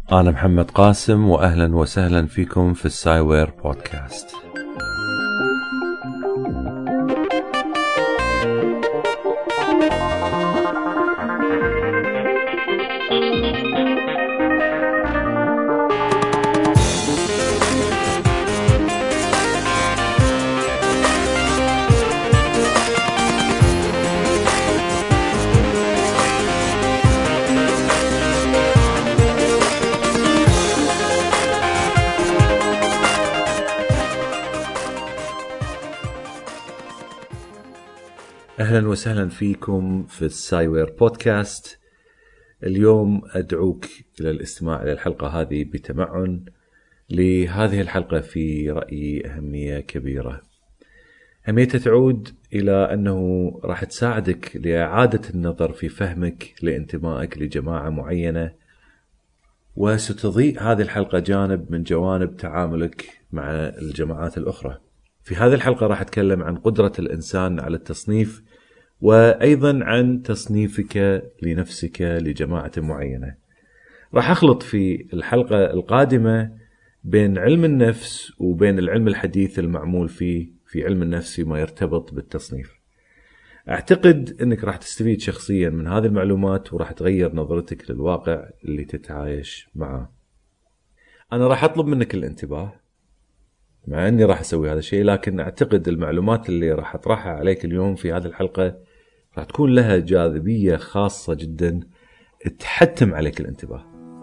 أنا محمد قاسم، وأهلا وسهلا فيكم في السايوير بودكاست. أهلا وسهلا فيكم في السايوير بودكاست. اليوم أدعوك إلى الاستماع إلى الحلقة هذه بتمعن. لهذه الحلقة في رأيي أهمية كبيرة. أهميتها تعود إلى أنه راح تساعدك لإعادة النظر في فهمك لانتمائك لجماعة معينة، وستضيء هذه الحلقة جانب من جوانب تعاملك مع الجماعات الأخرى. في هذه الحلقة راح أتكلم عن قدرة الإنسان على التصنيف، وأيضا عن تصنيفك لنفسك لجماعة معينة. راح أخلط في الحلقة القادمة بين علم النفس وبين العلم الحديث المعمول في علم النفس فيما يرتبط بالتصنيف. أعتقد أنك راح تستفيد شخصيا من هذه المعلومات، وراح تغير نظرتك للواقع اللي تتعايش معه. أنا راح أطلب منك الانتباه مع أني راح أسوي هذا الشيء، لكن أعتقد المعلومات اللي راح أطرحها عليك اليوم في هذه الحلقة راح تكون لها جاذبية خاصة جدا تحتم عليك الانتباه.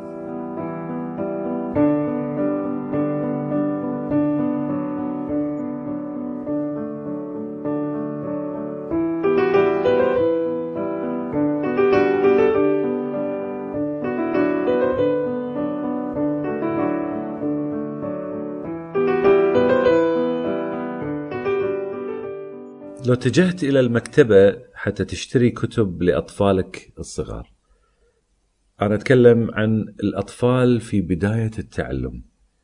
لو اتجهت إلى المكتبة حتى تشتري كتب لأطفالك الصغار، أنا أتكلم عن الأطفال في بداية التعلم.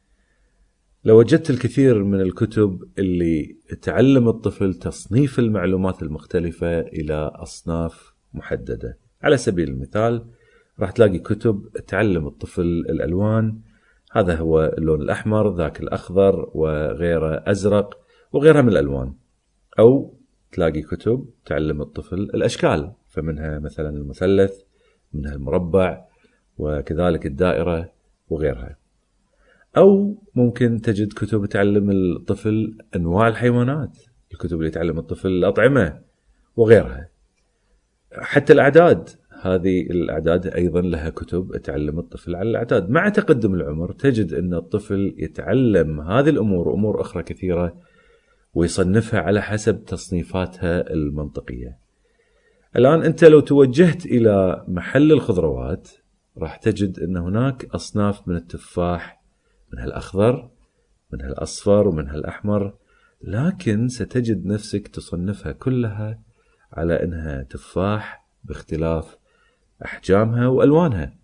لو وجدت الكثير من الكتب اللي تعلم الطفل تصنيف المعلومات المختلفة إلى أصناف محددة. على سبيل المثال راح تلاقي كتب تعلم الطفل الألوان، هذا هو اللون الأحمر، ذاك الأخضر، وغيره أزرق، وغيرها من الألوان. أو تلاقي كتب تعلم الطفل الأشكال، فمنها مثلا المثلث، منها المربع، وكذلك الدائرة وغيرها. أو ممكن تجد كتب تعلم الطفل أنواع الحيوانات، الكتب اللي تعلم الطفل الأطعمة وغيرها. حتى الأعداد، هذه الأعداد أيضا لها كتب تعلم الطفل على الأعداد. مع تقدم العمر تجد أن الطفل يتعلم هذه الأمور وأمور أخرى كثيرة، ويصنفها على حسب تصنيفاتها المنطقية. الآن أنت لو توجهت إلى محل الخضروات راح تجد أن هناك أصناف من التفاح، منها الأخضر، منها الأصفر، ومنها الأحمر، لكن ستجد نفسك تصنفها كلها على أنها تفاح باختلاف أحجامها وألوانها.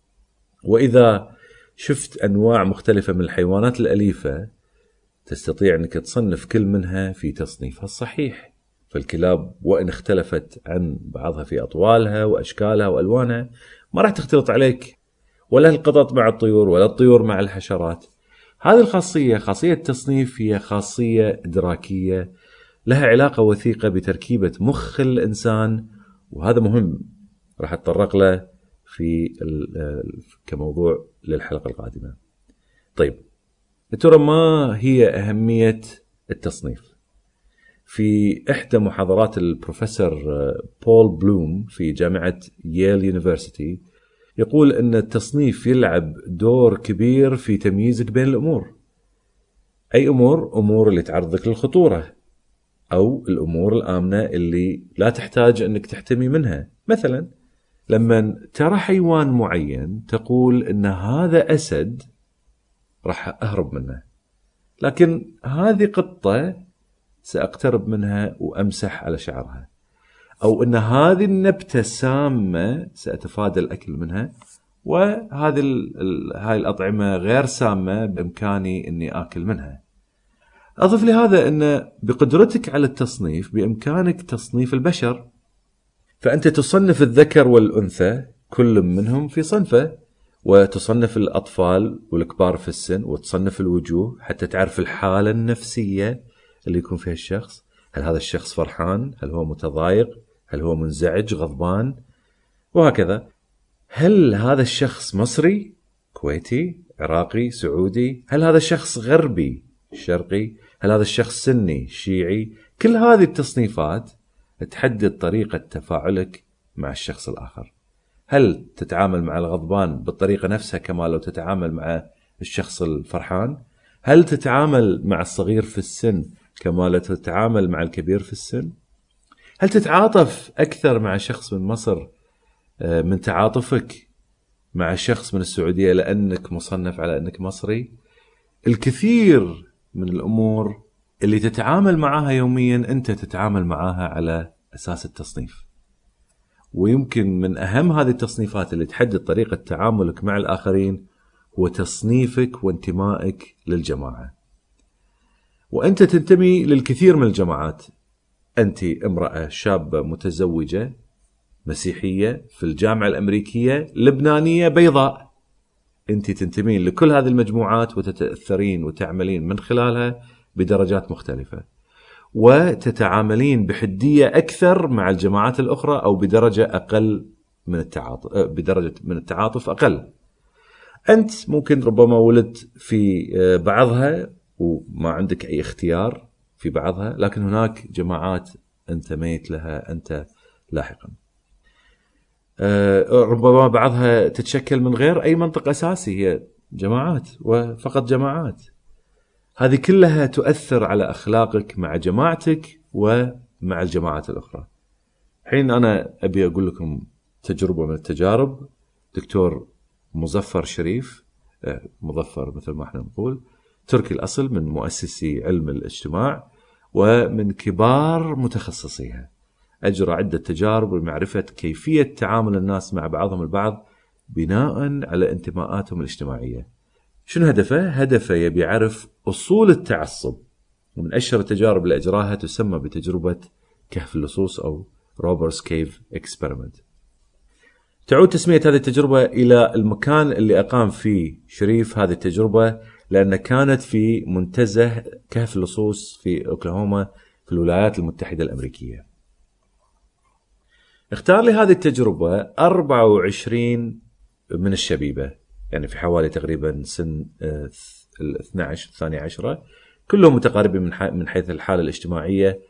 وإذا شفت أنواع مختلفة من الحيوانات الأليفة تستطيع أنك تصنف كل منها في تصنيفها الصحيح. فالكلاب وإن اختلفت عن بعضها في أطوالها وأشكالها وألوانها ما راح تختلط عليك، ولا القطط مع الطيور ولا الطيور مع الحشرات. هذه الخاصية، خاصية التصنيف، هي خاصية إدراكية لها علاقة وثيقة بتركيبة مخ الإنسان، وهذا مهم راح أتطرق له في كموضوع للحلقة القادمة. طيب، ترى ما هي أهمية التصنيف؟ في إحدى محاضرات البروفيسور بول بلوم في جامعة ييل يونيفرسيتي يقول أن التصنيف يلعب دور كبير في تمييزك بين الأمور. أي أمور اللي تعرضك للخطورة، أو الأمور الآمنة اللي لا تحتاج أنك تحتمي منها. مثلا لما ترى حيوان معين تقول أن هذا أسد راح أهرب منه، لكن هذه قطة سأقترب منها وأمسح على شعرها. أو أن هذه النبتة سامة سأتفادى الأكل منها، وهذه هاي الأطعمة غير سامة بإمكاني أني آكل منها. أضف لهذا أن بقدرتك على التصنيف بإمكانك تصنيف البشر، فأنت تصنف الذكر والأنثى كل منهم في صنفه، وتصنف الأطفال والكبار في السن، وتصنف الوجوه حتى تعرف الحالة النفسية اللي يكون فيها الشخص. هل هذا الشخص فرحان؟ هل هو متضايق؟ هل هو منزعج غضبان؟ وهكذا. هل هذا الشخص مصري، كويتي، عراقي، سعودي؟ هل هذا الشخص غربي، شرقي؟ هل هذا الشخص سني، شيعي؟ كل هذه التصنيفات تحدد طريقة تفاعلك مع الشخص الآخر. هل تتعامل مع الغضبان بالطريقة نفسها كما لو تتعامل مع الشخص الفرحان؟ هل تتعامل مع الصغير في السن كما لو تتعامل مع الكبير في السن؟ هل تتعاطف أكثر مع شخص من مصر من تعاطفك مع شخص من السعودية لأنك مصنف على أنك مصري؟ الكثير من الأمور اللي تتعامل معها يوميا أنت تتعامل معها على أساس التصنيف. ويمكن من أهم هذه التصنيفات اللي تحدد طريقة تعاملك مع الآخرين هو تصنيفك وانتمائك للجماعة. وأنت تنتمي للكثير من الجماعات. أنت امرأة شابة متزوجة مسيحية في الجامعة الأمريكية لبنانية بيضاء، أنت تنتمين لكل هذه المجموعات وتتأثرين وتعملين من خلالها بدرجات مختلفة، وتتعاملين بحدية أكثر مع الجماعات الأخرى أو بدرجة أقل من التعاطف، بدرجة من التعاطف أقل. أنت ممكن ربما ولدت في بعضها وما عندك أي اختيار في بعضها، لكن هناك جماعات انتميت لها أنت لاحقا. ربما بعضها تتشكل من غير أي منطق أساسي، هي جماعات وفقط جماعات. هذه كلها تؤثر على أخلاقك مع جماعتك ومع الجماعات الأخرى. حين أنا أبي أقول لكم تجربة من التجارب. دكتور مظفر شريف، مظفر مثل ما احنا نقول، تركي الأصل، من مؤسسي علم الاجتماع ومن كبار متخصصيها، أجرى عدة تجارب لمعرفة كيفية تعامل الناس مع بعضهم البعض بناء على انتماءاتهم الاجتماعية. شنو هدفه؟ هدفه يبي يعرف أصول التعصب، ومن أشهر التجارب اللي أجراها تسمى بتجربة كهف اللصوص أو روبرز كيف إكسبيرمنت. تعود تسمية هذه التجربة إلى المكان اللي أقام فيه شريف هذه التجربة، لأن كانت في منتزه كهف اللصوص في أوكلاهوما في الولايات المتحدة الأمريكية. اختار لي هذه التجربة 24 من الشبيبة، يعني في حوالي تقريبا سن 12 كلهم متقاربين من حيث الحالة الاجتماعية،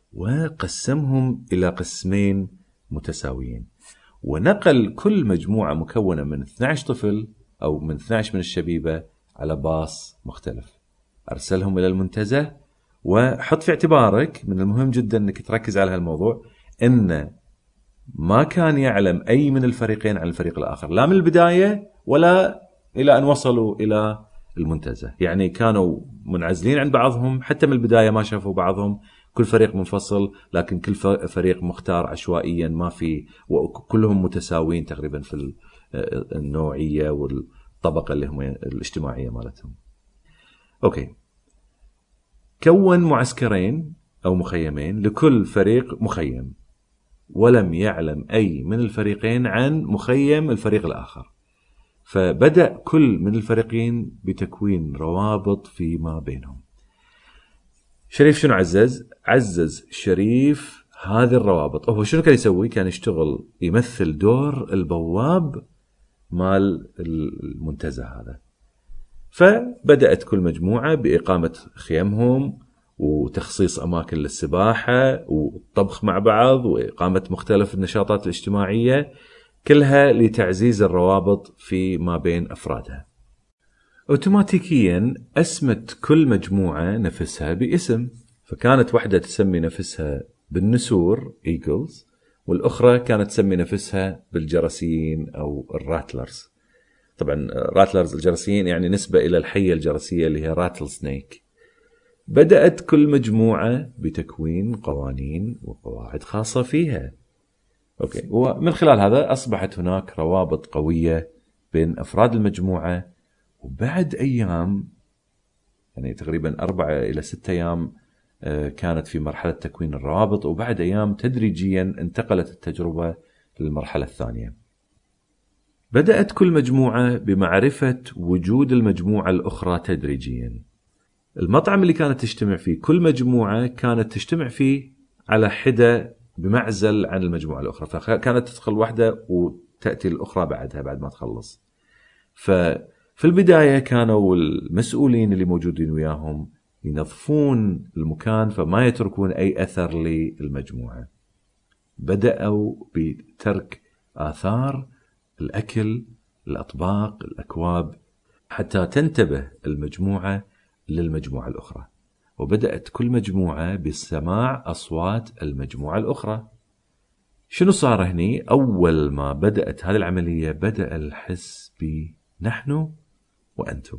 وقسمهم إلى قسمين متساويين، ونقل كل مجموعة مكونة من 12 طفل أو من 12 من الشبيبة على باص مختلف، أرسلهم إلى المنتزه. وحط في اعتبارك من المهم جدا أنك تركز على هالموضوع، أن ما كان يعلم أي من الفريقين عن الفريق الآخر، لا من البداية ولا إلى أن وصلوا إلى المنتزه. يعني كانوا منعزلين عن بعضهم، حتى من البداية ما شافوا بعضهم، كل فريق منفصل، لكن كل فريق مختار عشوائيا، ما في، وكلهم متساوين تقريبا في النوعية والطبقة اللي هم الاجتماعية مالتهم. أوكي، كون معسكرين أو مخيمين، لكل فريق مخيم، ولم يعلم أي من الفريقين عن مخيم الفريق الآخر. فبدأ كل من الفريقين بتكوين روابط فيما بينهم. شريف شنو عزز شريف هذه الروابط. هو شنو كان يسوي؟ كان يشتغل يمثل دور البواب مال المنتزه هذا. فبدأت كل مجموعة بإقامة خيمهم وتخصيص أماكن للسباحة والطبخ مع بعض وإقامة مختلف النشاطات الاجتماعية، كلها لتعزيز الروابط في ما بين أفرادها. أوتوماتيكيا أسمت كل مجموعة نفسها باسم، فكانت واحدة تسمي نفسها بالنسور Eagles، والأخرى كانت تسمي نفسها بالجرسيين أو الراتلرز. طبعا راتلرز الجرسيين يعني نسبة إلى الحية الجرسية اللي هي راتل سنيك. بدأت كل مجموعة بتكوين قوانين وقواعد خاصة فيها. أوكي، ومن خلال هذا أصبحت هناك روابط قوية بين أفراد المجموعة. وبعد أيام، يعني تقريبا 4 إلى 6 أيام، كانت في مرحلة تكوين الروابط، وبعد أيام تدريجيا انتقلت التجربة للمرحلة الثانية. بدأت كل مجموعة بمعرفة وجود المجموعة الأخرى تدريجيا. المطعم اللي كانت تجتمع فيه كل مجموعة كانت تجتمع فيه على حدة بمعزل عن المجموعة الأخرى، فكانت تدخل واحدة وتأتي الأخرى بعدها بعد ما تخلص. ففي البداية كانوا المسؤولين اللي موجودين وياهم ينظفون المكان فما يتركون أي أثر للمجموعة. بدأوا بترك آثار الأكل، الأطباق، الأكواب، حتى تنتبه المجموعة للمجموعة الأخرى، وبدأت كل مجموعة بسماع أصوات المجموعة الأخرى. شنو صار هني؟ أول ما بدأت هذه العملية بدأ الحس بنحن وأنتم،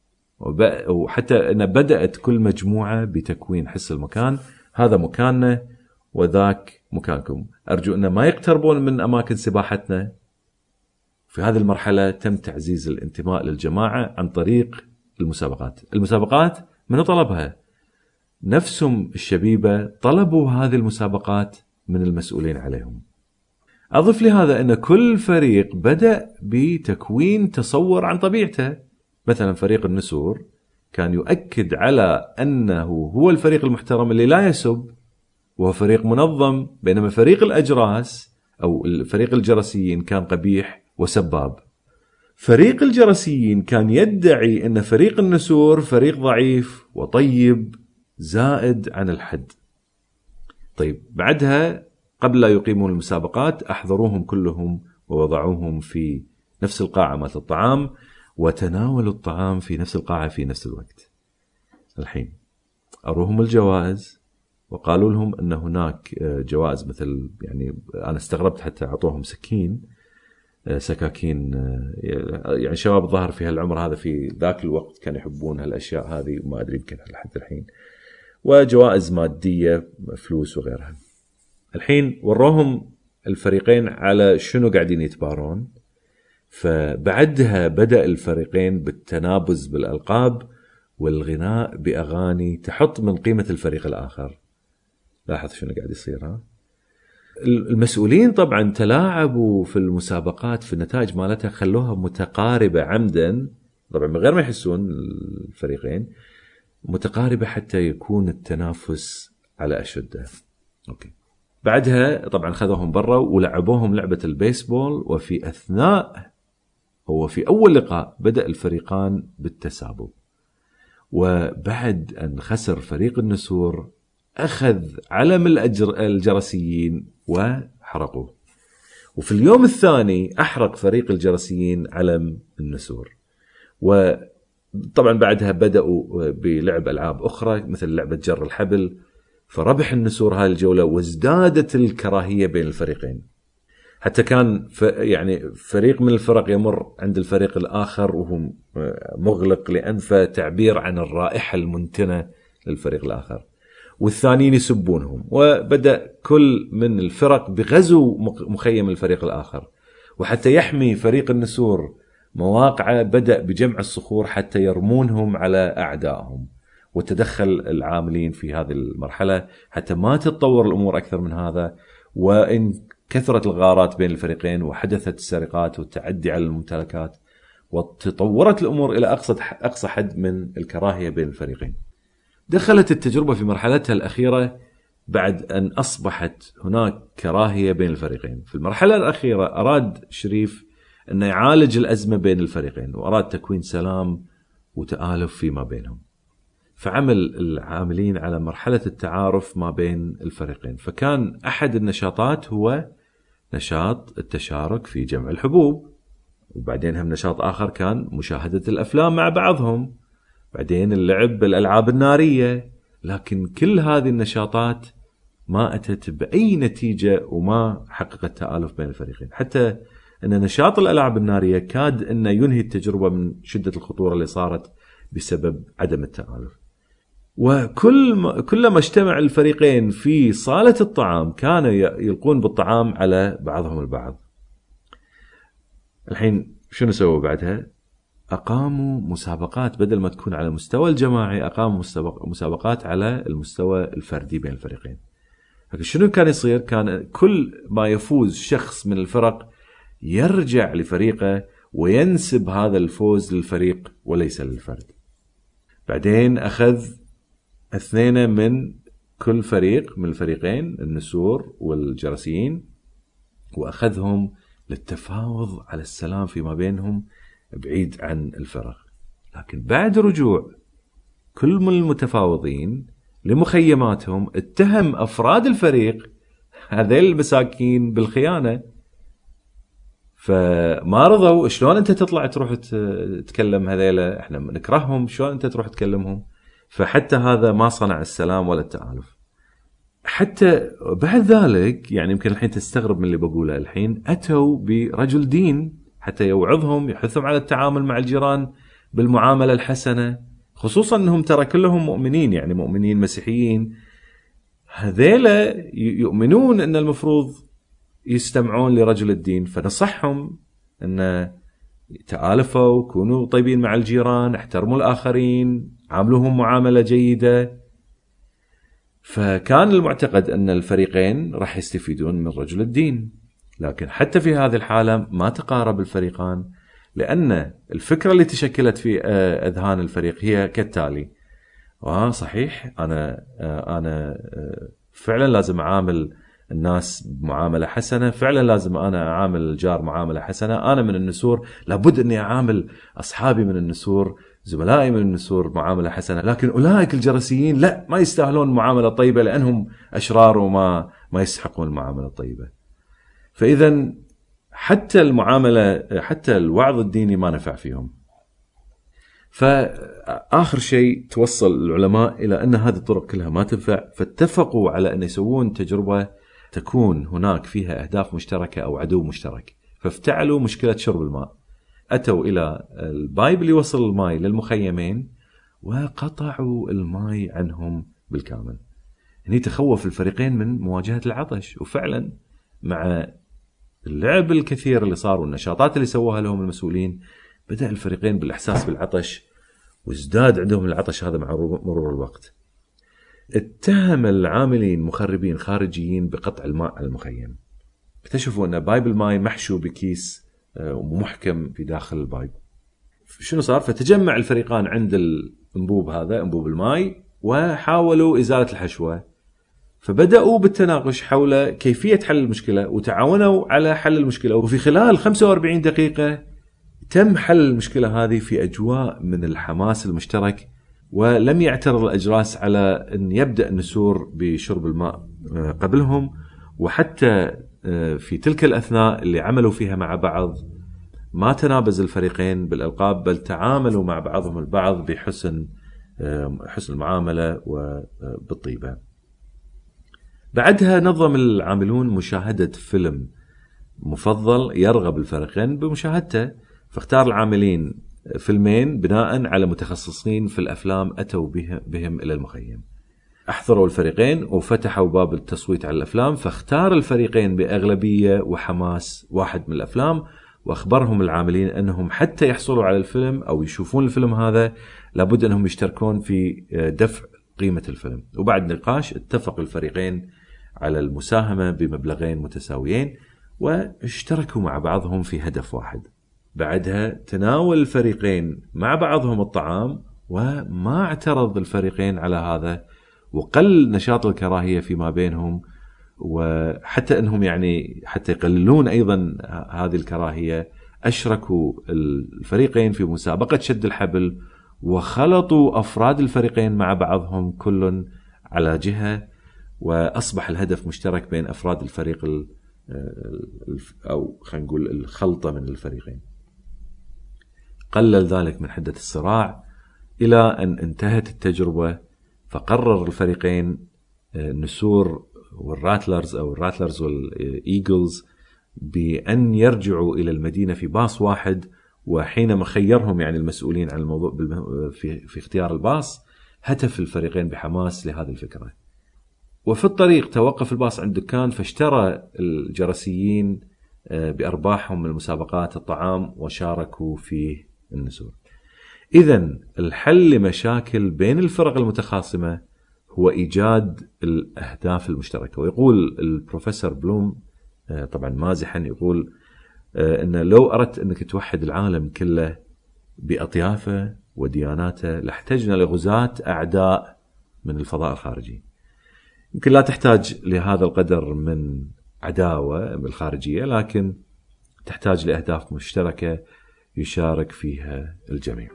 وحتى أن بدأت كل مجموعة بتكوين حس المكان، هذا مكاننا وذاك مكانكم، أرجو أن ما يقتربون من أماكن سباحتنا. في هذه المرحلة تم تعزيز الانتماء للجماعة عن طريق المسابقات من طلبها؟ نفسهم الشبيبة طلبوا هذه المسابقات من المسؤولين عليهم. أضف لهذا أن كل فريق بدأ بتكوين تصور عن طبيعته. مثلا فريق النسور كان يؤكد على أنه هو الفريق المحترم اللي لا يسب وهو فريق منظم، بينما فريق الأجراس أو فريق الجرسيين كان قبيح وسباب. فريق الجرسيين كان يدعي أن فريق النسور فريق ضعيف وطيب زائد عن الحد. طيب بعدها قبل لا يقيمون المسابقات أحضروهم كلهم ووضعوهم في نفس القاعة مالت الطعام وتناولوا الطعام في نفس القاعة في نفس الوقت. الحين أروهم الجوائز وقالوا لهم أن هناك جوائز، مثل يعني أنا استغربت حتى أعطوهم سكاكين، يعني شباب الظاهر في هالعمر هذا في ذاك الوقت كانوا يحبون هالأشياء هذه وما أدري يمكن لحد الحين، وجوائز مادية فلوس وغيرها. الحين وروهم الفريقين على شنو قاعدين يتبارون، فبعدها بدأ الفريقين بالتنابز بالألقاب والغناء بأغاني تحط من قيمة الفريق الآخر. لاحظ شنو قاعد يصير. المسؤولين طبعا تلاعبوا في المسابقات في النتائج مالتها، خلوها متقاربة عمدا طبعا من غير ما يحسون الفريقين، متقاربة حتى يكون التنافس على أشده. أوكي. بعدها طبعا خذوهم برا ولعبوهم لعبة البيسبول، وفي أثناء في أول لقاء بدأ الفريقان بالتسابق، وبعد أن خسر فريق النسور أخذ علم الجرسيين وحرقوه، وفي اليوم الثاني أحرق فريق الجرسيين علم النسور. وطبعا بعدها بدأوا بلعب ألعاب أخرى مثل لعبة جر الحبل، فربح النسور هاي الجولة وازدادت الكراهية بين الفريقين، حتى كان يعني فريق من الفرق يمر عند الفريق الآخر وهو مغلق لأنفه تعبير عن الرائحة المنتنة للفريق الآخر، والثانيين يسبونهم، وبدأ كل من الفرق بغزو مخيم الفريق الآخر. وحتى يحمي فريق النسور مواقعه بدأ بجمع الصخور حتى يرمونهم على أعدائهم، وتدخل العاملين في هذه المرحلة حتى ما تتطور الأمور أكثر من هذا، وإن كثرت الغارات بين الفريقين وحدثت السرقات والتعدي على الممتلكات، وتطورت الأمور إلى أقصى حد من الكراهية بين الفريقين. دخلت التجربة في مرحلتها الأخيرة بعد أن أصبحت هناك كراهية بين الفريقين. في المرحلة الأخيرة أراد شريف أن يعالج الأزمة بين الفريقين، وأراد تكوين سلام وتآلف فيما بينهم، فعمل العاملين على مرحلة التعارف ما بين الفريقين. فكان أحد النشاطات هو نشاط التشارك في جمع الحبوب، وبعدين هم نشاط آخر كان مشاهدة الأفلام مع بعضهم، بعدين اللعب بالألعاب النارية. لكن كل هذه النشاطات ما أتت بأي نتيجة وما حققت تآلف بين الفريقين، حتى أن نشاط الألعاب النارية كاد أن ينهي التجربة من شدة الخطورة اللي صارت بسبب عدم التآلف. وكلما اجتمع الفريقين في صالة الطعام كانوا يلقون بالطعام على بعضهم البعض. الحين شنو سووا بعدها؟ أقاموا مسابقات، بدل ما تكون على المستوى الجماعي أقاموا مسابقات على المستوى الفردي بين الفريقين. لكن شنو كان يصير؟ كان كل ما يفوز شخص من الفرق يرجع لفريقه وينسب هذا الفوز للفريق وليس للفرد. بعدين أخذ 2 من كل فريق من الفريقين، النسور والجرسيين، وأخذهم للتفاوض على السلام فيما بينهم بعيد عن الفرق. لكن بعد رجوع كل من المتفاوضين لمخيماتهم اتهم أفراد الفريق هذيل المساكين بالخيانة، فما رضوا. شلون أنت تطلع تروح تتكلم هذيلا، احنا نكرههم، شلون أنت تروح تكلمهم؟ فحتى هذا ما صنع السلام ولا التآلف. حتى بعد ذلك يعني يمكن الحين تستغرب من اللي بقوله الحين، أتوا برجل دين حتى يوعظهم، يحثهم على التعامل مع الجيران بالمعاملة الحسنة، خصوصا أنهم ترى كلهم مؤمنين، يعني مؤمنين مسيحيين. هذيلا يؤمنون أن المفروض يستمعون لرجل الدين، فنصحهم أن تآلفوا، كونوا طيبين مع الجيران، احترموا الآخرين، عاملوهم معاملة جيدة. فكان المعتقد أن الفريقين راح يستفيدون من رجل الدين. لكن حتى في هذه الحالة ما تقارب الفريقان، لأن الفكرة اللي تشكلت في أذهان الفريق هي كالتالي: صحيح أنا فعلا لازم أعامل الناس بمعاملة حسنة، فعلا لازم أنا أعامل الجار معاملة حسنة، أنا من النسور لابد أني أعامل أصحابي من النسور، زملائي من النسور معاملة حسنة، لكن أولئك الجرسيين لا، ما يستاهلون معاملة طيبة لأنهم أشرار وما يستحقون المعاملة الطيبة. فإذا حتى المعاملة، حتى الوعظ الديني ما نفع فيهم. فآخر شيء توصل العلماء إلى أن هذه الطرق كلها ما تنفع، فاتفقوا على أن يسوون تجربة تكون هناك فيها أهداف مشتركة أو عدو مشترك. فافتعلوا مشكلة شرب الماء، أتوا إلى البايب اللي وصل الماء للمخيمين وقطعوا الماء عنهم بالكامل. هني تخوف الفريقين من مواجهة العطش، وفعلا مع اللعب الكثير اللي صار والنشاطات اللي سووها لهم المسؤولين بدأ الفريقين بالإحساس بالعطش، وازداد عندهم العطش هذا مع مرور الوقت. اتهم العاملين مخربين خارجيين بقطع الماء على المخيم. اكتشفوا أن بايب الماء محشو بكيس ومحكم في داخل البايب. شنو صار؟ فتجمع الفريقان عند الانبوب هذا، انبوب الماء، وحاولوا إزالة الحشوة. فبدأوا بالتناقش حول كيفية حل المشكلة، وتعاونوا على حل المشكلة، وفي خلال 45 دقيقة تم حل المشكلة هذه في أجواء من الحماس المشترك. ولم يعترض الأجراس على أن يبدأ النسور بشرب الماء قبلهم، وحتى في تلك الأثناء اللي عملوا فيها مع بعض ما تنابز الفريقين بالألقاب، بل تعاملوا مع بعضهم البعض بحسن المعاملة وبالطيبة. بعدها نظم العاملون مشاهدة فيلم مفضل يرغب الفريقين بمشاهدته، فاختار العاملين فيلمين بناء على متخصصين في الأفلام أتوا بهم إلى المخيم. أحضروا الفريقين وفتحوا باب التصويت على الأفلام، فاختار الفريقين بأغلبية وحماس واحد من الأفلام، وأخبرهم العاملين أنهم حتى يحصلوا على الفيلم أو يشوفون الفيلم هذا لابد أنهم يشتركون في دفع قيمة الفيلم. وبعد نقاش اتفق الفريقين على المساهمة بمبلغين متساويين، واشتركوا مع بعضهم في هدف واحد. بعدها تناول الفريقين مع بعضهم الطعام، وما اعترض الفريقين على هذا، وقل نشاط الكراهية فيما بينهم، وحتى أنهم يعني حتى يقللون أيضا هذه الكراهية أشركوا الفريقين في مسابقة شد الحبل، وخلطوا أفراد الفريقين مع بعضهم كل على جهة، وأصبح الهدف مشترك بين أفراد الفريق أو خلينا نقول الخلطة من الفريقين. قلل ذلك من حدة الصراع إلى أن انتهت التجربة. فقرر الفريقين النسور والراتلرز أو الراتلرز والإيجلز بأن يرجعوا إلى المدينة في باص واحد. وحينما خيرهم يعني المسؤولين عن الموضوع في اختيار الباص، هتف الفريقين بحماس لهذه الفكرة. وفي الطريق توقف الباص عند دكان، فاشترى الجرسيين بأرباحهم من المسابقات الطعام وشاركوا فيه النسور. إذن الحل لمشاكل بين الفرق المتخاصمة هو إيجاد الأهداف المشتركة. ويقول البروفيسور بلوم طبعا مازحا، يقول أن لو أردت أنك توحد العالم كله بأطيافه ودياناته لاحتجنا لغزاة أعداء من الفضاء الخارجي. يمكن لا تحتاج لهذا القدر من عداوة بالخارجية، لكن تحتاج لأهداف مشتركة يشارك فيها الجميع.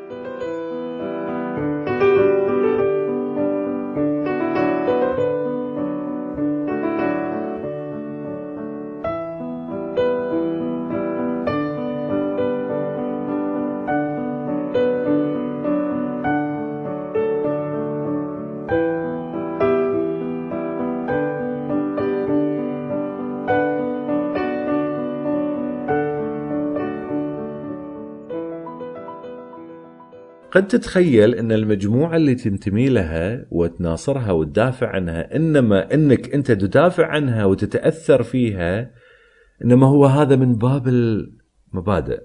قد تتخيل أن المجموعة اللي تنتمي لها وتناصرها وتدافع عنها، إنما أنك أنت تدافع عنها وتتأثر فيها، إنما هو هذا من باب المبادئ،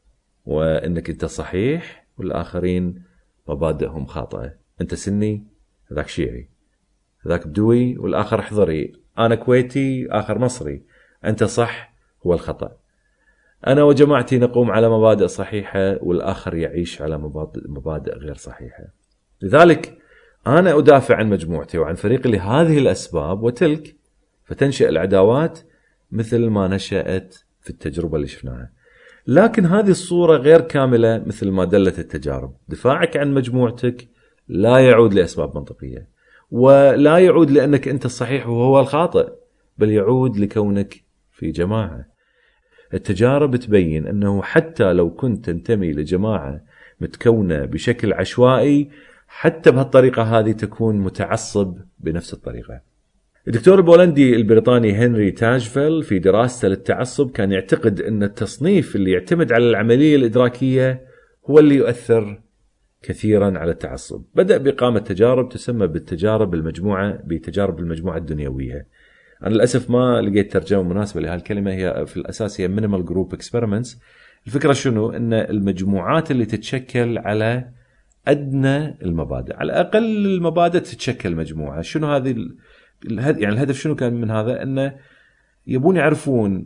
وأنك أنت صحيح والآخرين مبادئهم خاطئة. أنت سني، ذاك شيعي، ذاك بدوي والآخر حضري، أنا كويتي آخر مصري، أنت صح هو الخطأ. أنا وجماعتي نقوم على مبادئ صحيحة والآخر يعيش على مبادئ غير صحيحة. لذلك أنا أدافع عن مجموعتي وعن فريقي لهذه الأسباب وتلك، فتنشأ العداوات مثل ما نشأت في التجربة اللي شفناها. لكن هذه الصورة غير كاملة مثل ما دلت التجارب. دفاعك عن مجموعتك لا يعود لأسباب منطقية، ولا يعود لأنك أنت الصحيح وهو الخاطئ، بل يعود لكونك في جماعة. التجارب تبين أنه حتى لو كنت تنتمي لجماعة متكونة بشكل عشوائي، حتى بهالطريقة هذه تكون متعصب بنفس الطريقة. الدكتور البولندي البريطاني هنري تاجفيل في دراسته للتعصب كان يعتقد أن التصنيف اللي يعتمد على العملية الإدراكية هو اللي يؤثر كثيرا على التعصب. بدأ بإقامة تجارب تسمى بتجارب المجموعة الدنيوية. أنا للأسف ما لقيت ترجمة مناسبة لهالكلمة، هي في الأساس هي minimal group experiments. الفكرة شنو؟ أن المجموعات اللي تتشكل على أدنى المبادئ، على أقل المبادئ تتشكل مجموعة. شنو هذه يعني الهدف شنو كان من هذا؟ أنه يبون يعرفون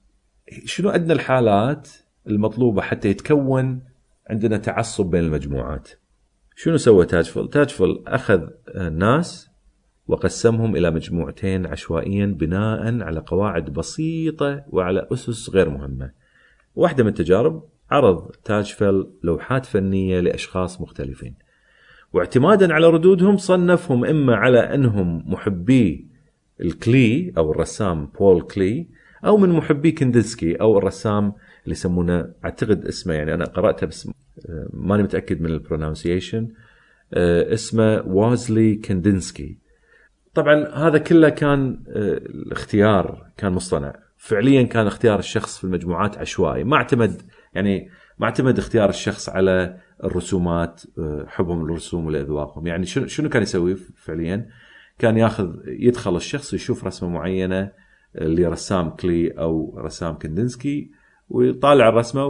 شنو أدنى الحالات المطلوبة حتى يتكون عندنا تعصب بين المجموعات. شنو سوى تاجفيل أخذ ناس وقسمهم إلى مجموعتين عشوائيا بناء على قواعد بسيطة وعلى أسس غير مهمة. واحدة من التجارب عرض تاجفيل لوحات فنية لأشخاص مختلفين، واعتمادا على ردودهم صنفهم إما على أنهم محبي الكلي أو الرسام بول كلي، أو من محبي كندنسكي أو الرسام اللي يسمونه، أعتقد اسمه، يعني أنا قرأته بس ماني متأكد من البرونانسيشن، اسمه وازلي كندنسكي. طبعا هذا كله كان الاختيار كان مصطنع، فعليا كان اختيار الشخص في المجموعات عشوائي، ما اعتمد اختيار الشخص على الرسومات، حبهم للرسوم ولا اذواقهم. يعني شنو كان يسوي فعليا؟ كان يدخل الشخص يشوف رسمه معينه لرسام كلي او رسام كندنسكي، ويطالع الرسمه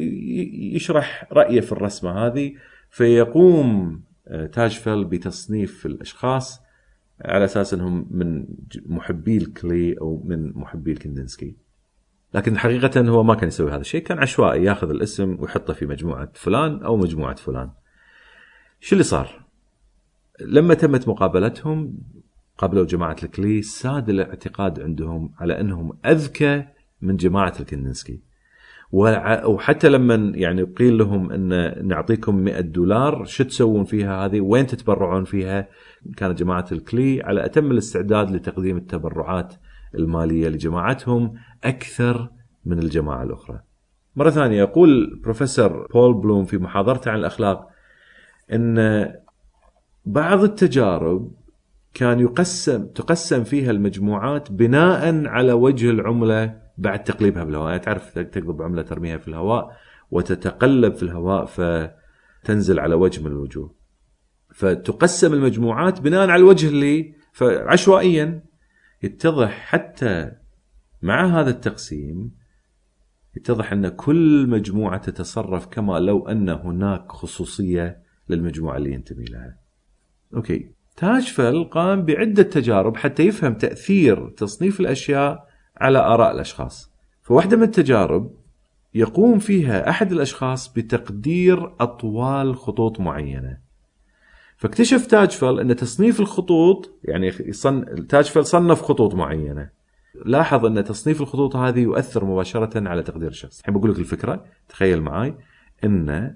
ويشرح رايه في الرسمه هذه، فيقوم تاجفيل بتصنيف الاشخاص على أساس أنهم من محبي الكلي أو من محبي الكندنسكي. لكن حقيقة هو ما كان يسوي هذا الشيء، كان عشوائي، ياخذ الاسم ويحطه في مجموعة فلان أو مجموعة فلان. شو اللي صار؟ لما تمت مقابلتهم، قابلوا جماعة الكلي، ساد الاعتقاد عندهم على أنهم أذكى من جماعة الكندنسكي. وحتى لما يعني قيل لهم أن نعطيكم $100 شو تسوون فيها هذه، وين تتبرعون فيها، كانت جماعة الكلي على أتم الاستعداد لتقديم التبرعات المالية لجماعتهم أكثر من الجماعة الأخرى. مرة ثانية يقول بروفيسور بول بلوم في محاضرته عن الأخلاق أن بعض التجارب كان تقسم فيها المجموعات بناء على وجه العملة بعد تقليبها بالهواء. يعني تعرف تقلب عملة ترميها في الهواء وتتقلب في الهواء فتنزل على وجه من الوجوه، فتقسم المجموعات بناء على الوجه اللي عشوائيا. يتضح حتى مع هذا التقسيم يتضح أن كل مجموعة تتصرف كما لو أن هناك خصوصية للمجموعة اللي ينتمي لها. أوكي، تاجفيل قام بعدة تجارب حتى يفهم تأثير تصنيف الأشياء على آراء الأشخاص. فواحدة من التجارب يقوم فيها أحد الأشخاص بتقدير أطوال خطوط معينة. فاكتشف تاجفل أن تصنيف الخطوط، يعني تاجفل صنف خطوط معينة، لاحظ أن تصنيف الخطوط هذه يؤثر مباشرة على تقدير الشخص. الحين بقول لك الفكرة، تخيل معي أن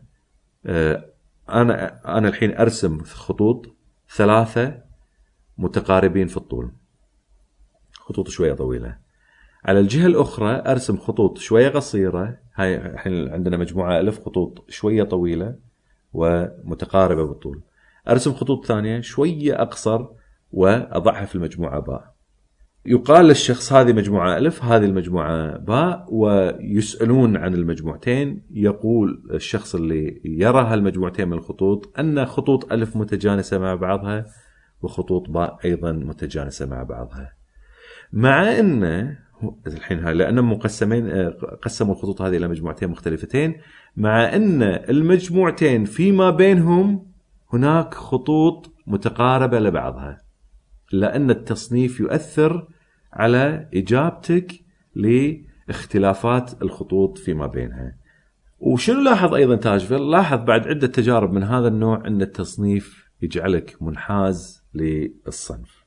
أنا الحين أرسم خطوط 3 متقاربين في الطول، خطوط شوية طويلة. على الجهة الأخرى أرسم خطوط شوية قصيرة، هاي الحين عندنا مجموعة ألف خطوط شوية طويلة ومتقاربة بالطول. أرسم خطوط ثانية شوية أقصر وأضعها في المجموعة باء. يقال للشخص هذه مجموعة ألف، هذه المجموعة باء، ويسألون عن المجموعتين. يقول الشخص اللي يرى هالمجموعتين من الخطوط أن خطوط ألف متجانسة مع بعضها وخطوط باء أيضا متجانسة مع بعضها. مع أن الحين لأنهم قسموا الخطوط هذه إلى مجموعتين مختلفتين، مع أن المجموعتين فيما بينهم هناك خطوط متقاربة لبعضها، لأن التصنيف يؤثر على إجابتك لاختلافات الخطوط فيما بينها. وشنو لاحظ أيضا تاجفل؟ لاحظ بعد عدة تجارب من هذا النوع أن التصنيف يجعلك منحاز للصنف.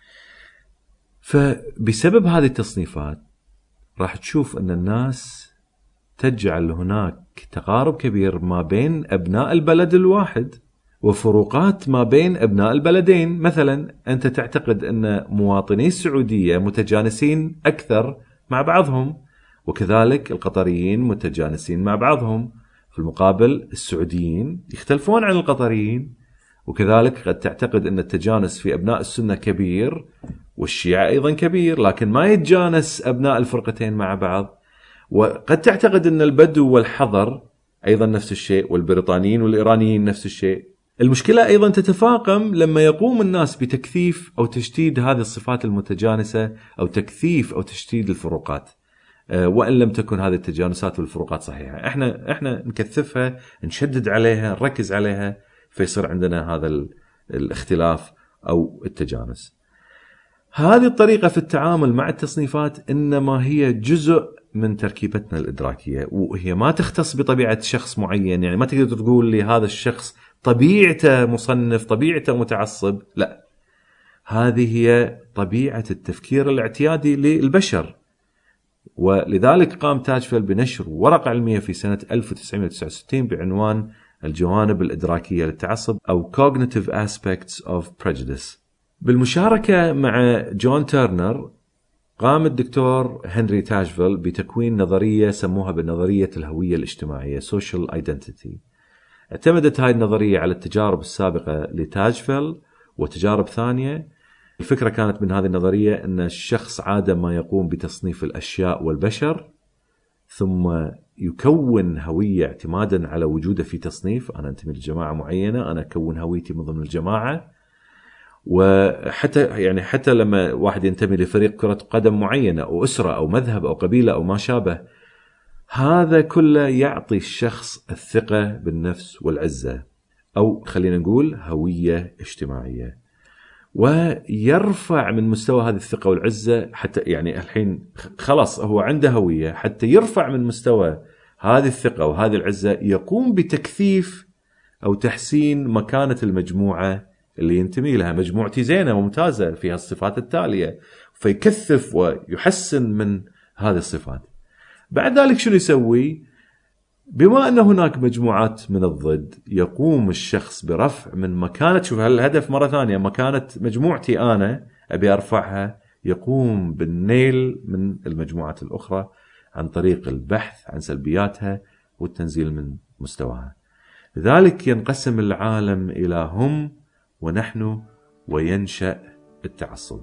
فبسبب هذه التصنيفات راح تشوف أن الناس تجعل هناك تقارب كبير ما بين أبناء البلد الواحد وفروقات ما بين أبناء البلدين. مثلا أنت تعتقد أن مواطني السعودية متجانسين أكثر مع بعضهم، وكذلك القطريين متجانسين مع بعضهم. في المقابل السعوديين يختلفون عن القطريين، وكذلك قد تعتقد أن التجانس في أبناء السنة كبير والشيعة أيضا كبير، لكن ما يتجانس أبناء الفرقتين مع بعض. وقد تعتقد أن البدو والحضر أيضا نفس الشيء، والبريطانيين والإيرانيين نفس الشيء. المشكلة أيضا تتفاقم لما يقوم الناس بتكثيف أو تشديد هذه الصفات المتجانسة، أو تكثيف أو تشديد الفروقات، وإن لم تكن هذه التجانسات والفروقات صحيحة. إحنا نكثفها، نشدد عليها، نركز عليها، فيصير عندنا هذا الاختلاف أو التجانس. هذه الطريقة في التعامل مع التصنيفات إنما هي جزء من تركيبتنا الإدراكية، وهي ما تختص بطبيعة شخص معين. يعني ما تقدر تقول لي هذا الشخص طبيعته مصنف، طبيعته متعصب. لا، هذه هي طبيعة التفكير الاعتيادي للبشر. ولذلك قام تاجفل بنشر ورقة علمية في سنة 1969 بعنوان الجوانب الإدراكية للتعصب، أو Cognitive Aspects of Prejudice. بالمشاركة مع جون تيرنر قام الدكتور هنري تاجفل بتكوين نظرية سموها بنظرية الهوية الاجتماعية Social Identity. اعتمدت هاي النظرية على التجارب السابقة لتاجفل وتجارب ثانية. الفكرة كانت من هذه النظرية أن الشخص عادة ما يقوم بتصنيف الأشياء والبشر، ثم يكون هوية اعتمادا على وجوده في تصنيف. أنا أنتمي لجماعة معينة، أنا أكون هويتي من ضمن الجماعة. وحتى حتى لما واحد ينتمي لفريق كرة قدم معينة أو أسرة أو مذهب أو قبيلة أو ما شابه، هذا كله يعطي الشخص الثقة بالنفس والعزة، أو خلينا نقول هوية اجتماعية، ويرفع من مستوى هذه الثقة والعزة. حتى يعني الحين خلاص هو عنده هوية، حتى يرفع من مستوى هذه الثقة وهذه العزة يقوم بتكثيف أو تحسين مكانة المجموعة اللي ينتمي لها. مجموعتي زينة وممتازة فيها الصفات التالية، فيكثف ويحسن من هذه الصفات. بعد ذلك شنو يسوي؟ بما أن هناك مجموعات من الضد، يقوم الشخص برفع من مكانة، شوف هالهدف مرة ثانية، مكانة مجموعتي أنا أبي أرفعها. يقوم بالنيل من المجموعات الأخرى عن طريق البحث عن سلبياتها والتنزيل من مستواها. لذلك ينقسم العالم إلى هم ونحن، وينشأ التعصب.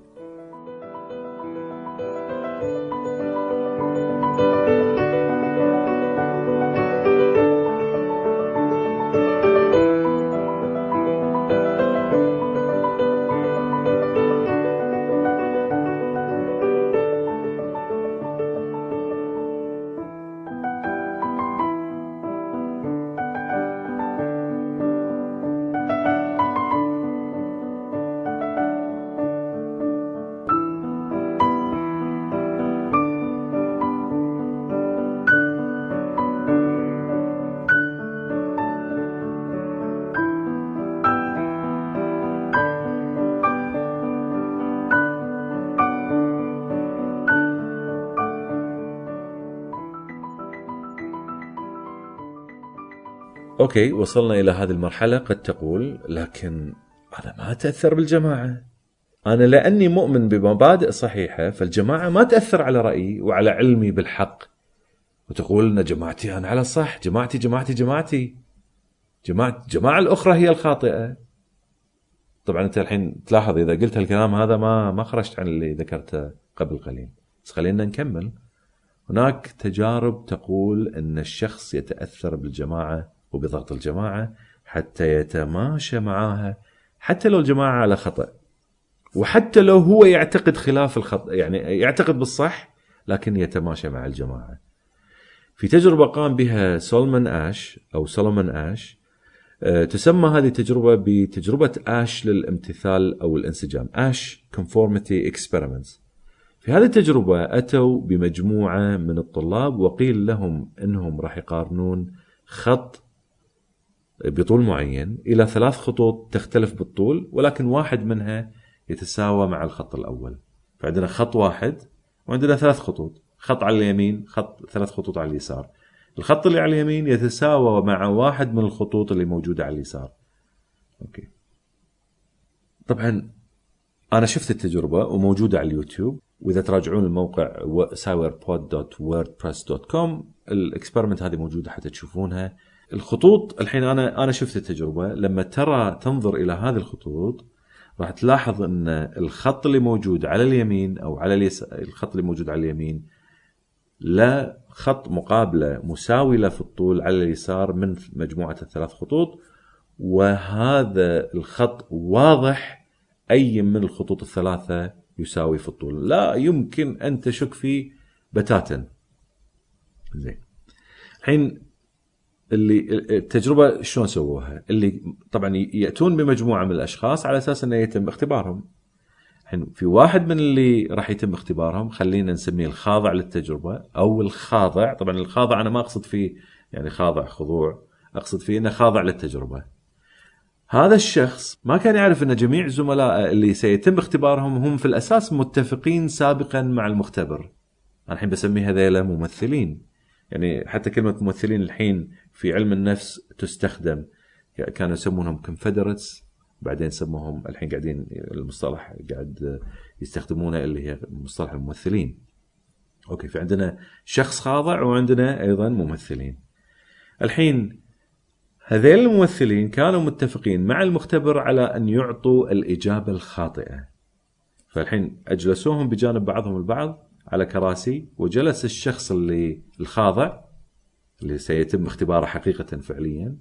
أوكي، وصلنا إلى هذه المرحلة. قد تقول لكن أنا ما أتأثر بالجماعة، أنا لأني مؤمن بمبادئ صحيحة فالجماعة ما تأثر على رأيي وعلى علمي بالحق. وتقول أن جماعتي أنا على الصح، جماعتي جماعة الأخرى هي الخاطئة. طبعا أنت الحين تلاحظ إذا قلت الكلام هذا ما خرجت عن اللي ذكرته قبل قليل، بس خلينا نكمل. هناك تجارب تقول أن الشخص يتأثر بالجماعة وبضغط الجماعة حتى يتماشى معها، حتى لو الجماعة على خطأ، وحتى لو هو يعتقد خلاف الخطأ، يعني يعتقد بالصح لكن يتماشى مع الجماعة. في تجربة قام بها سولومون آش، تسمى هذه التجربة بتجربة آش للامتثال أو الانسجام، آش Conformity Experiments. في هذه التجربة أتوا بمجموعة من الطلاب وقيل لهم أنهم راح يقارنون خط بطول معين إلى 3 خطوط تختلف بالطول، ولكن واحد منها يتساوى مع الخط الأول. فعندنا خط واحد وعندنا 3 خطوط، خط على اليمين، 3 خطوط على اليسار. الخط اللي على اليمين يتساوى مع واحد من الخطوط اللي موجودة على اليسار. أوكي. طبعا أنا شفت التجربة وموجودة على اليوتيوب، وإذا تراجعون الموقع sawerpod.wordpress.com الإكسبيرمنت هذه موجودة حتى تشوفونها. الخطوط الحين أنا شفت التجربة، لما تنظر إلى هذه الخطوط راح تلاحظ أن الخط اللي موجود على اليمين أو على اليسار، الخط اللي موجود على اليمين لا خط مقابلة مساوي له في الطول على اليسار من مجموعة ال3 خطوط، وهذا الخط واضح أي من الخطوط ال3 يساوي في الطول، لا يمكن أن تشك فيه بتاتا. زين، الحين اللي التجربة شلون سووها؟ اللي طبعا يأتون بمجموعة من الأشخاص على أساس أنه يتم اختبارهم. الحين في واحد من اللي راح يتم اختبارهم خلينا نسميه الخاضع للتجربة أو الخاضع. طبعا الخاضع أنا ما أقصد فيه يعني خضوع، أقصد فيه أنه خاضع للتجربة. هذا الشخص ما كان يعرف أن جميع زملائه اللي سيتم اختبارهم هم في الأساس متفقين سابقا مع المختبر. أنا الحين بسميه هذيلا ممثلين، يعني حتى كلمة ممثلين الحين في علم النفس تستخدم، كانوا يسمونهم confederates، بعدين سموهم الحين قاعدين المصطلح قاعد يستخدمونه اللي هي مصطلح الممثلين. أوكي، في عندنا شخص خاضع وعندنا أيضا ممثلين. الحين هذين الممثلين كانوا متفقين مع المختبر على أن يعطوا الإجابة الخاطئة. فالحين أجلسوهم بجانب بعضهم البعض على كراسي، وجلس الشخص اللي الخاضع اللي سيتم اختباره حقيقة فعليا،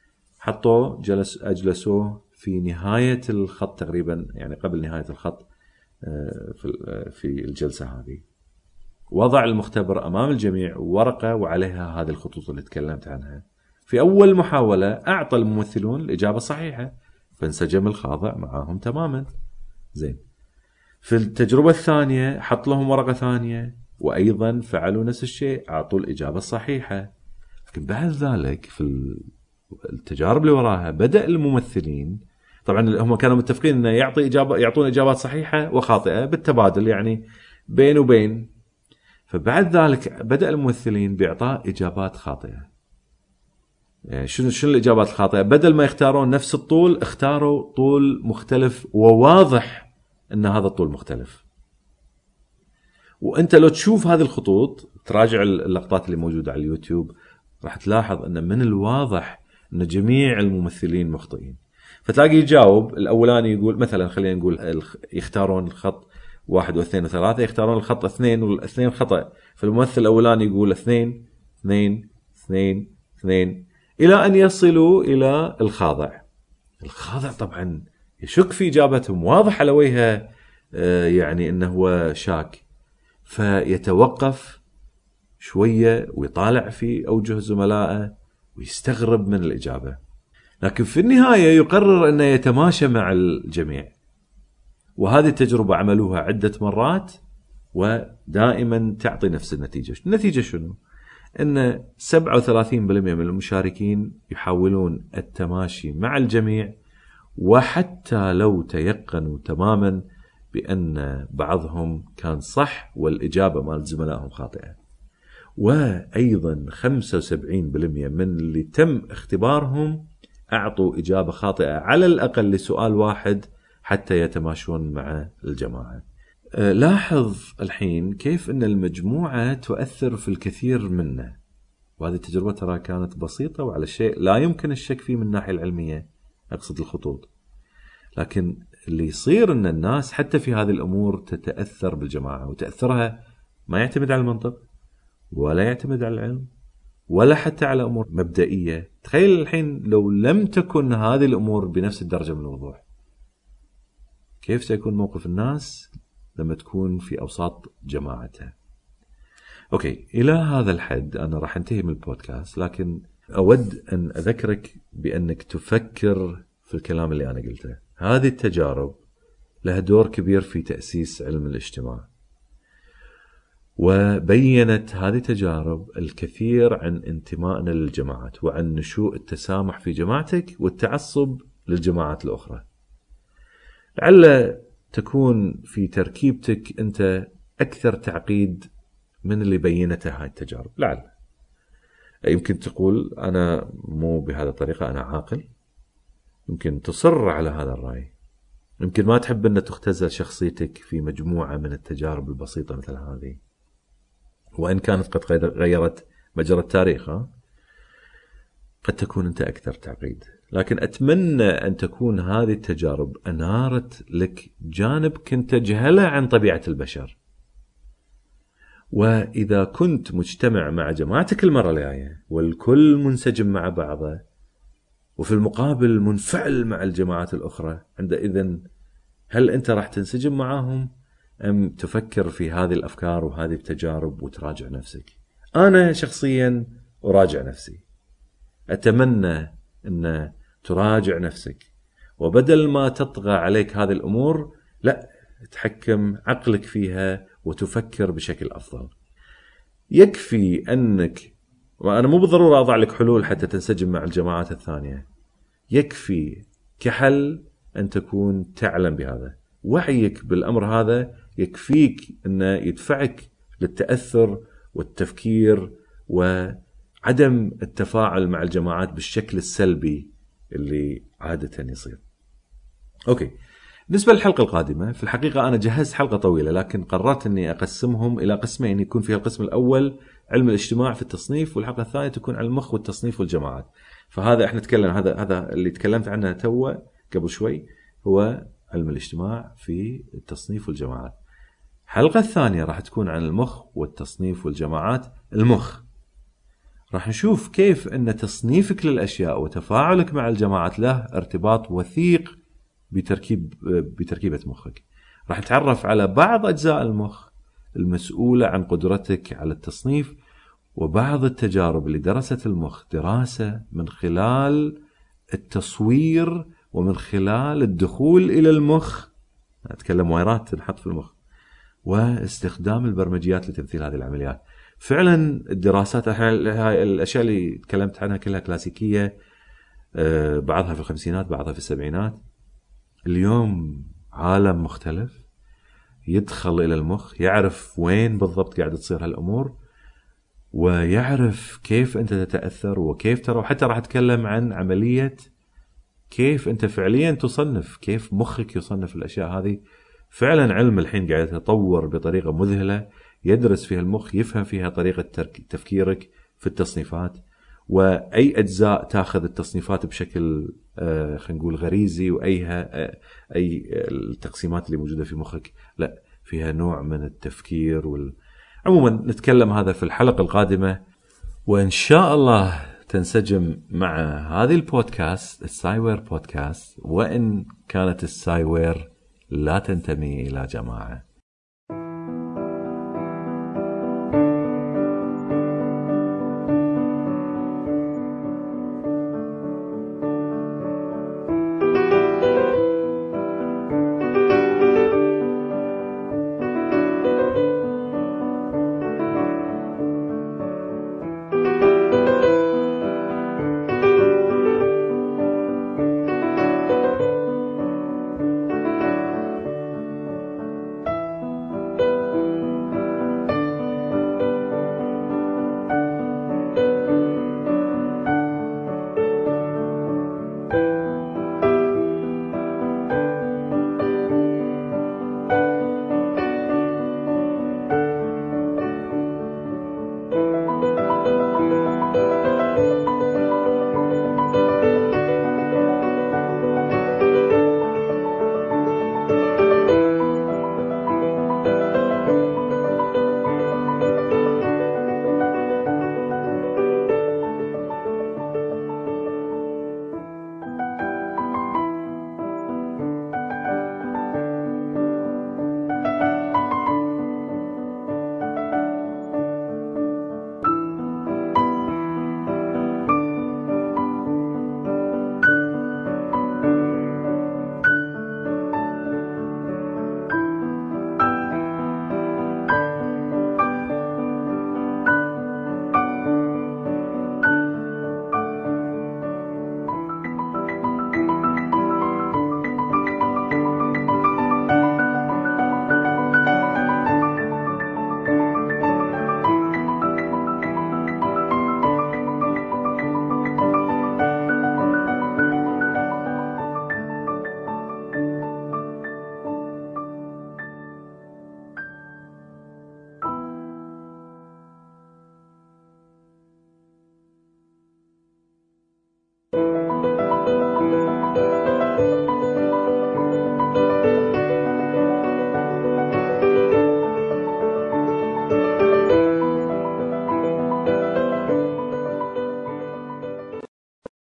أجلسوه في نهاية الخط تقريبا، يعني قبل نهاية الخط في الجلسة هذه. وضع المختبر أمام الجميع ورقة وعليها هذه الخطوط اللي تكلمت عنها. في أول محاولة أعطى الممثلون الإجابة الصحيحة فانسجم الخاضع معهم تماما. زين، في التجربة الثانية حط لهم ورقة ثانية وأيضا فعلوا نفس الشيء، أعطوا الإجابة الصحيحة. لكن بعد ذلك في التجارب اللي وراها بدأ الممثلين، طبعا هم كانوا متفقين أن يعطون إجابات صحيحة وخاطئة بالتبادل، يعني بين وبين. فبعد ذلك بدأ الممثلين بإعطاء إجابات خاطئة. يعني شنو الإجابات الخاطئة؟ بدل ما يختارون نفس الطول اختاروا طول مختلف وواضح أن هذا الطول مختلف. وأنت لو تشوف هذه الخطوط، تراجع اللقطات اللي موجودة على اليوتيوب، راح تلاحظ أن من الواضح أن جميع الممثلين مخطئين. فتلاقي يجاوب الأولاني يقول مثلا خلينا نقول يختارون الخط 1 و2 و3، يختارون الخط 2 والاثنين خطأ. فالممثل الأولاني يقول 2 2 2 2 إلى أن يصلوا إلى الخاضع. الخاضع طبعا يشك في إجابتهم، واضح على وجهه يعني أنه هو شاك، فيتوقف شوية ويطالع في أوجه زملائه ويستغرب من الإجابة. لكن في النهاية يقرر أنه يتماشى مع الجميع. وهذه التجربة عملوها عدة مرات ودائما تعطي نفس النتيجة. النتيجة شنو؟ أن 37% من المشاركين يحاولون التماشي مع الجميع، وحتى لو تيقنوا تماما بأن بعضهم كان صح والإجابة مال زملائهم خاطئة. وأيضا 75% من اللي تم اختبارهم أعطوا إجابة خاطئة على الأقل لسؤال واحد حتى يتماشون مع الجماعة. لاحظ الحين كيف أن المجموعة تؤثر في الكثير منه، وهذه التجربة ترى كانت بسيطة وعلى شيء لا يمكن الشك فيه من الناحية العلمية، أقصد الخطوط. لكن اللي يصير أن الناس حتى في هذه الأمور تتأثر بالجماعة، وتأثرها ما يعتمد على المنطق ولا يعتمد على العلم ولا حتى على أمور مبدئية. تخيل الحين لو لم تكن هذه الأمور بنفس الدرجة من الوضوح، كيف سيكون موقف الناس لما تكون في أوساط جماعتها. أوكي، إلى هذا الحد أنا راح انتهي من البودكاست، لكن أود أن أذكرك بأنك تفكر في الكلام اللي أنا قلته. هذه التجارب لها دور كبير في تأسيس علم الاجتماع، وبينت هذه التجارب الكثير عن انتمائنا للجماعات وعن نشوء التسامح في جماعتك والتعصب للجماعات الأخرى. لعل تكون في تركيبتك أنت أكثر تعقيد من اللي بينته هاي التجارب. لعل يمكن تقول أنا مو بهذه الطريقة، أنا عاقل، يمكن تصر على هذا الرأي، يمكن ما تحب أن تختزل شخصيتك في مجموعة من التجارب البسيطة مثل هذه، وإن كانت قد غيرت مجرى التاريخ. قد تكون أنت أكثر تعقيد، لكن أتمنى أن تكون هذه التجارب أنارت لك جانب كنت تجهله عن طبيعة البشر. وإذا كنت مجتمع مع جماعتك المرة الجاية والكل منسجم مع بعضه، وفي المقابل منفعل مع الجماعات الأخرى، عندئذ هل أنت راح تنسجم معهم أم تفكر في هذه الأفكار وهذه التجارب وتراجع نفسك؟ أنا شخصيا أراجع نفسي، أتمنى أن تراجع نفسك، وبدل ما تطغى عليك هذه الأمور لا، تحكم عقلك فيها وتفكر بشكل أفضل. يكفي أنك، وأنا مو بالضرورة أضع لك حلول حتى تنسجم مع الجماعات الثانية، يكفي كحل أن تكون تعلم بهذا. وعيك بالأمر هذا يكفيك أنه يدفعك للتأثر والتفكير وعدم التفاعل مع الجماعات بالشكل السلبي اللي عادة يصير. أوكي، بالنسبة للحلقة القادمة، في الحقيقة أنا جهزت حلقة طويلة، لكن قررت أني أقسمهم إلى قسمين، يكون فيها القسم الأول علم الاجتماع في التصنيف، والحلقة الثانية تكون على المخ والتصنيف والجماعات. فهذا احنا نتكلم، هذا اللي تكلمت عنه قبل شوي هو علم الاجتماع في التصنيف والجماعات. الحلقة الثانية راح تكون عن المخ والتصنيف والجماعات. المخ راح نشوف كيف أن تصنيفك للأشياء وتفاعلك مع الجماعات له ارتباط وثيق بتركيبة مخك. راح نتعرف على بعض أجزاء المخ المسؤولة عن قدرتك على التصنيف، وبعض التجارب اللي درست المخ دراسة من خلال التصوير ومن خلال الدخول إلى المخ، أتكلم وايرات تنحط في المخ، واستخدام البرمجيات لتمثيل هذه العمليات. فعلا الدراسات هاي الأشياء اللي تكلمت عنها كلها كلاسيكية، بعضها في الخمسينات بعضها في السبعينات. اليوم عالم مختلف، يدخل إلى المخ، يعرف وين بالضبط قاعدة تصير هالأمور، ويعرف كيف أنت تتأثر وكيف ترى. وحتى راح أتكلم عن عملية كيف أنت فعليا تصنف، كيف مخك يصنف الأشياء هذه. فعلا علم الحين قاعد يتطور بطريقة مذهلة، يدرس فيها المخ، يفهم فيها طريقة تفكيرك في التصنيفات، وأي أجزاء تأخذ التصنيفات بشكل خلينا نقول غريزي، أي التقسيمات اللي موجودة في مخك لا، فيها نوع من التفكير عموما نتكلم هذا في الحلقة القادمة، وإن شاء الله تنسجم مع هذه البودكاست السايوير بودكاست، وإن كانت السايوير لا تنتمي إلى جماعة.